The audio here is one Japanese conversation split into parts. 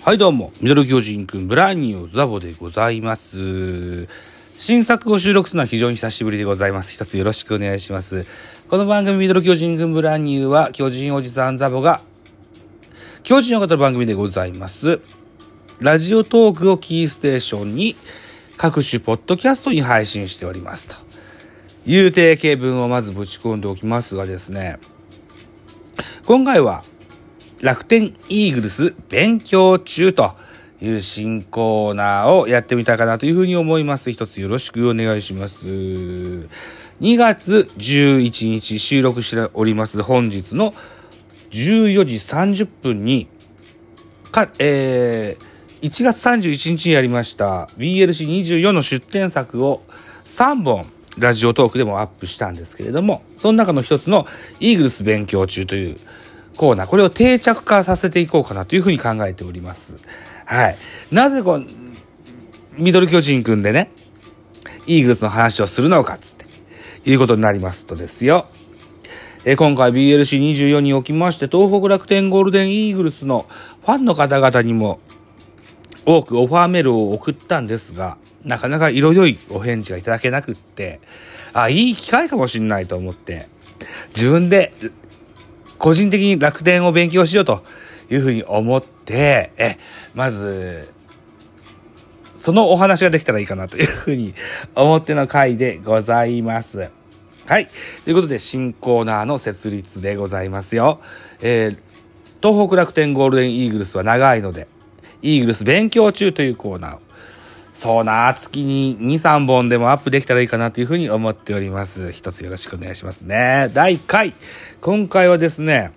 はいどうも、ミドル巨人くんブランニューザボでございます。新作を収録するのは非常に久しぶりでございます。一つよろしくお願いします。この番組ミドル巨人くんブランニューは巨人おじさんザボが巨人を語る番組でございます。ラジオトークをキーステーションに各種ポッドキャストに配信しておりますという定型文をまずぶち込んでおきますがですね、今回は楽天イーグルス勉強中という新コーナーをやってみたいかなというふうに思います。一つよろしくお願いします。2月11日収録しております本日の14時30分に1月31日にやりました BLC24 の出展作を3本ラジオトークでもアップしたんですけれども、その中の一つのイーグルス勉強中というコーナー、これを定着化させていこうかなというふうに考えております。はい。なぜミドル巨人くんでね、イーグルスの話をするのかつっていうことになりますとですよ。今回 BLC24 におきまして東北楽天ゴールデンイーグルスのファンの方々にも多くオファーメールを送ったんですが、なかなか色々いお返事がいただけなくって、いい機会かもしれないと思って、自分で個人的に楽天を勉強しようというふうに思って、まず、そのお話ができたらいいかなというふうに思っての回でございます。はい。ということで、新コーナーの設立でございますよ。東北楽天ゴールデンイーグルスは長いので、イーグルス勉強中というコーナーを、そうな、月に2、3本でもアップできたらいいかなというふうに思っております。一つよろしくお願いしますね。第1回。今回はですね、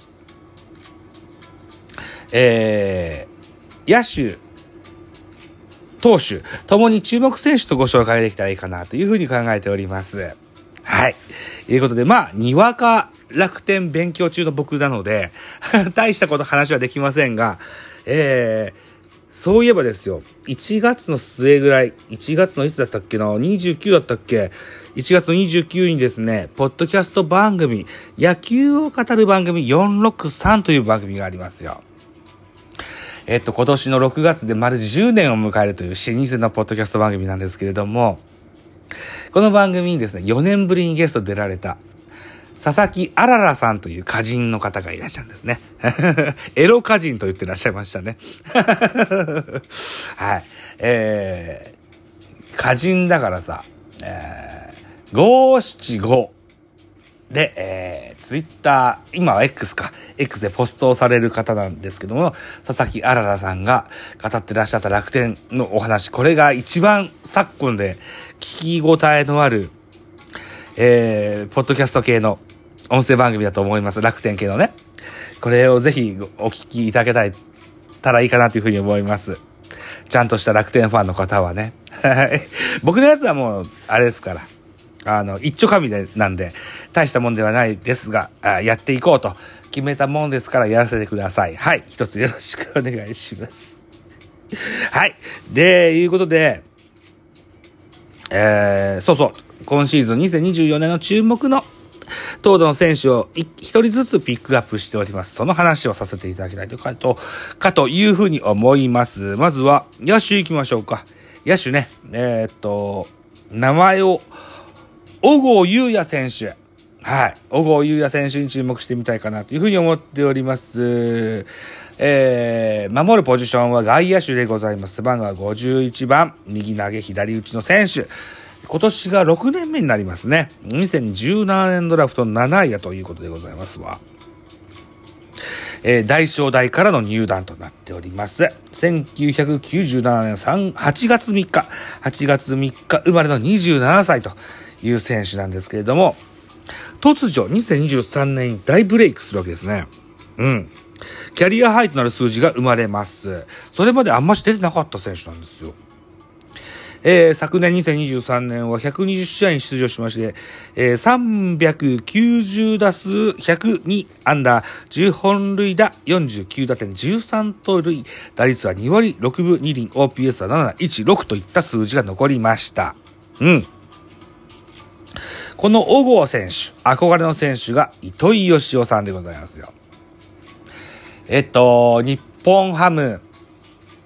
野手、投手、ともに注目選手とご紹介できたらいいかなというふうに考えております。はい。ということで、にわか楽天勉強中の僕なので、大したこと話はできませんが、そういえばですよ、1月の末ぐらい、1月のいつだったっけな、29だったっけ、1月の29にですね、ポッドキャスト番組、野球を語る番組463という番組がありますよ。今年の6月で丸10年を迎えるという老舗のポッドキャスト番組なんですけれども、この番組にですね、4年ぶりにゲスト出られた、佐々木あららさんという歌人の方がいらっしゃるんですね。エロ歌人と言ってらっしゃいましたね。はい。歌人だからさ、575で、ツイッター、今は X でポストされる方なんですけども、佐々木あららさんが語ってらっしゃった楽天のお話、これが一番昨今で聞き応えのある、ポッドキャスト系の音声番組だと思います。楽天系のね。これをぜひお聞きいただけたらいいかなというふうに思います。ちゃんとした楽天ファンの方はね。僕のやつはもう、あれですから。一丁紙なんで、大したもんではないですが、やっていこうと決めたもんですからやらせてください。はい。一つよろしくお願いします。はい。いうことで、今シーズン2024年の注目の投打の選手を一人ずつピックアップしております。その話をさせていただきたいというふうに思います。まずは野手行きましょうか。野手ね、名前を小郷裕也選手。はい。小郷裕也選手に注目してみたいかなというふうに思っております。守るポジションは外野手でございます。背番号は51番、右投げ左打ちの選手。今年が6年目になりますね。2017年ドラフト7位だということでございますわ。大正大からの入団となっております。1997年8月3日生まれの27歳という選手なんですけれども、突如2023年に大ブレイクするわけですね。キャリアハイとなる数字が生まれます。それまであんまし出てなかった選手なんですよ。昨年2023年は120試合に出場しまして、390打数102安打、10本塁打、49打点、13盗塁、打率は2割6分2厘、OPS は716といった数字が残りました。この小郷選手、憧れの選手が糸井嘉男さんでございますよ。日本ハム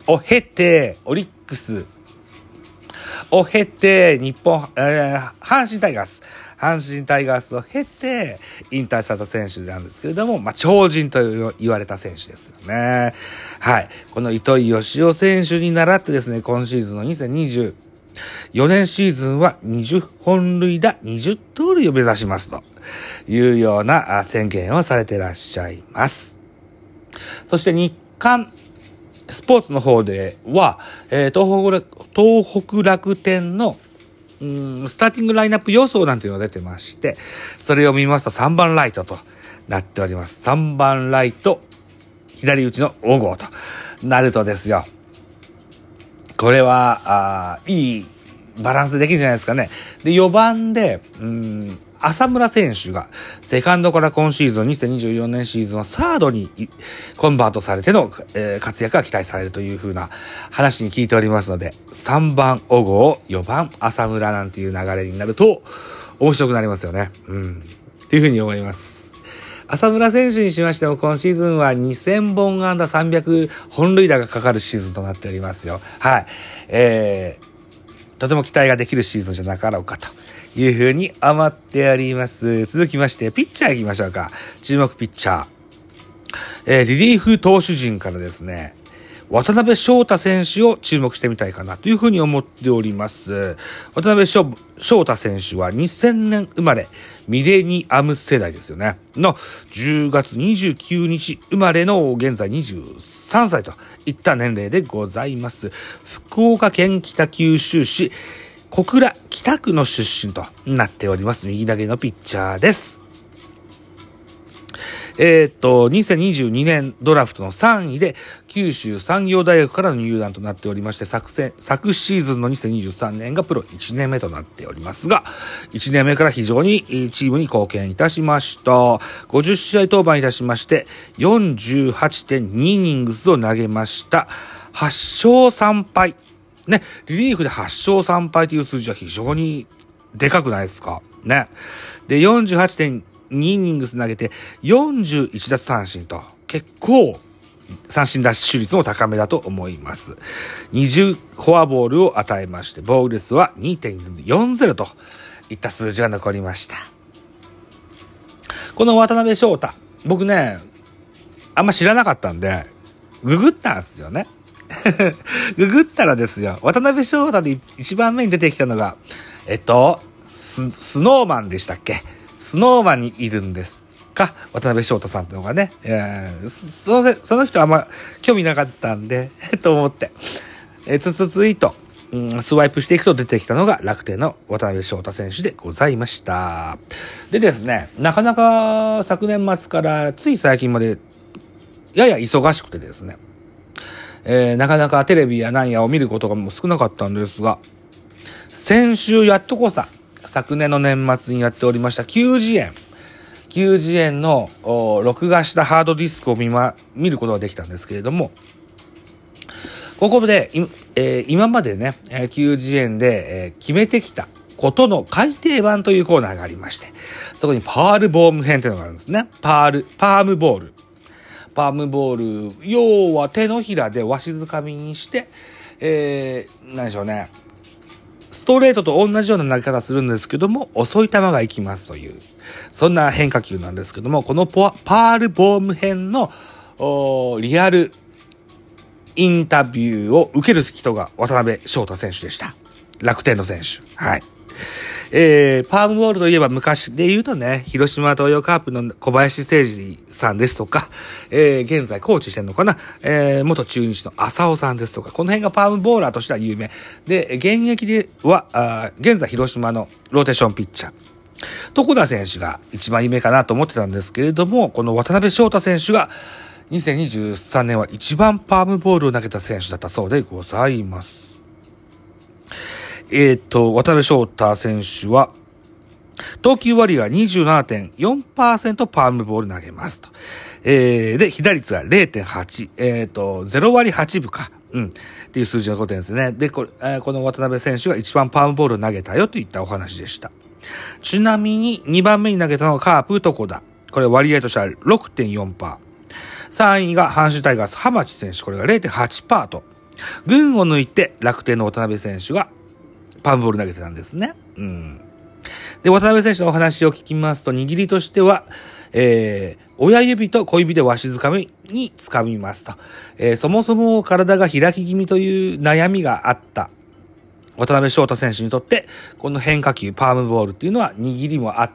を経て、オリックスを経て、阪神タイガースを経て、引退された選手なんですけれども、超人と言われた選手ですよね。はい。この糸井嘉男選手に倣ってですね、今シーズンの2024年シーズンは20本塁打20盗塁を目指しますというような宣言をされていらっしゃいます。そして日刊スポーツの方では、東北楽天のスターティングラインナップ予想なんていうのが出てまして、それを見ますと3番ライトとなっております。3番ライト、左打ちの小郷となるとですよ。これはいいバランスできるんじゃないですかね。で、4番で、浅村選手がセカンドから今シーズン2024年シーズンはサードにコンバートされての、活躍が期待されるという風な話に聞いておりますので、3番小郷、4番浅村なんていう流れになると面白くなりますよね。っていう風に思います。浅村選手にしましても今シーズンは2000本安打300本塁打がかかるシーズンとなっておりますよ。はい。とても期待ができるシーズンじゃなかろうかというふうに思っております。続きまして、ピッチャー行きましょうか。注目ピッチャー。リリーフ投手陣からですね、渡辺翔太選手を注目してみたいかなというふうに思っております。渡辺翔太選手は2000年生まれ、ミレニアム世代ですよね。の10月29日生まれの現在23歳といった年齢でございます。福岡県北九州市小倉北区の出身となっております。右投げのピッチャーです。2022年ドラフトの3位で九州産業大学からの入団となっておりまして、昨シーズンの2023年がプロ1年目となっておりますが、1年目から非常にチームに貢献いたしました。50試合登板いたしまして、48.2 イニングスを投げました。8勝3敗。ね、リリーフで8勝3敗という数字は非常にでかくないですかね。で、48.2 イニングス投げて41奪三振と結構三振奪取率も高めだと思います。20フォアボールを与えまして、防御率は 2.40 といった数字が残りました。この渡辺翔太、僕ね、あんま知らなかったんで、ググったんですよね。ググったらですよ、渡辺翔太で一番目に出てきたのが、スノーマンでしたっけ？スノーマンにいるんですか？渡辺翔太さんってのがね、その人はあんま興味なかったんで、と思って、続いと、スワイプしていくと出てきたのが楽天の渡辺翔太選手でございました。でですね、なかなか昨年末からつい最近までやや忙しくてですね、なかなかテレビや何やを見ることがもう少なかったんですが、先週やっとこさ、昨年の年末にやっておりました球児園の録画したハードディスクを見ることができたんですけれども、ここで今までね、球児園で、決めてきたことの改訂版というコーナーがありまして、そこにパールボーム編というのがあるんですね。パームボール、要は手のひらでわしづかみにして、何でしょうね。ストレートと同じような投げ方するんですけども、遅い球が行きますという、そんな変化球なんですけども、このパールボーム編のリアルインタビューを受ける人が渡辺翔太選手でした。楽天の選手。はい。パームボールといえば昔で言うとね、広島東洋カープの小林誠司さんですとか、現在コーチしてんのかな、元中日の浅尾さんですとか、この辺がパームボーラーとしては有名。で、現役では、現在広島のローテーションピッチャー、床田選手が一番有名かなと思ってたんですけれども、この渡辺翔太選手が2023年は一番パームボールを投げた選手だったそうでございます。渡辺翔太選手は、投球割合 27.4% パームボール投げますと。で、被打率は 0.8、0割8分か。っていう数字のことですね。で、この渡辺選手が一番パームボールを投げたよといったお話でした。ちなみに2番目に投げたのがカープ床田。これ割合としては 6.4%。3位が阪神タイガース浜地選手。これが 0.8% と群を抜いて楽天の渡辺選手がパームボール投げてたんですね。で、渡辺選手のお話を聞きますと、握りとしては、親指と小指でわしづかみに掴みますと。そもそも体が開き気味という悩みがあった渡辺翔太選手にとって、この変化球、パームボールっていうのは握りもあって、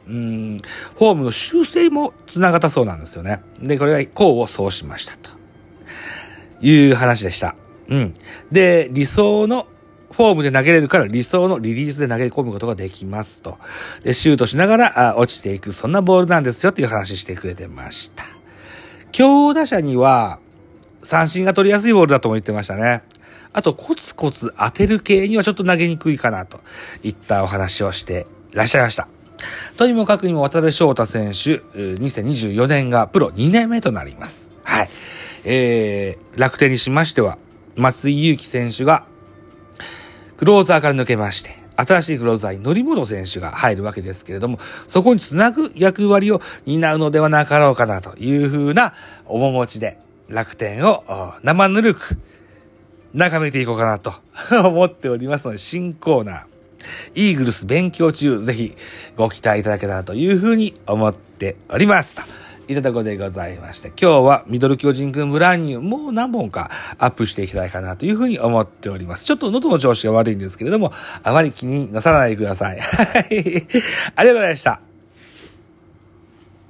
フォームの修正もつながったそうなんですよね。で、これが功を奏しましたという話でした。で、理想のフォームで投げれるから理想のリリースで投げ込むことができますと。で、シュートしながら落ちていく、そんなボールなんですよっていう話してくれてました。強打者には三振が取りやすいボールだとも言ってましたね。あと、コツコツ当てる系にはちょっと投げにくいかなといったお話をしていらっしゃいました。とにもかくにも渡辺翔太選手、2024年がプロ2年目となります。はい。楽天にしましては、松井裕樹選手がクローザーから抜けまして、新しいクローザーに則本選手が入るわけですけれども、そこにつなぐ役割を担うのではなかろうかなというふうな面持ちで、楽天を生ぬるく眺めていこうかなと思っておりますので、新コーナー、イーグルス勉強中、ぜひご期待いただけたらというふうに思っておりますといったところでございまして、今日はミドル巨人くんブランニューもう何本かアップしていきたいかなというふうに思っております。ちょっと喉の調子が悪いんですけれども、あまり気になさらないでください。ありがとうございました。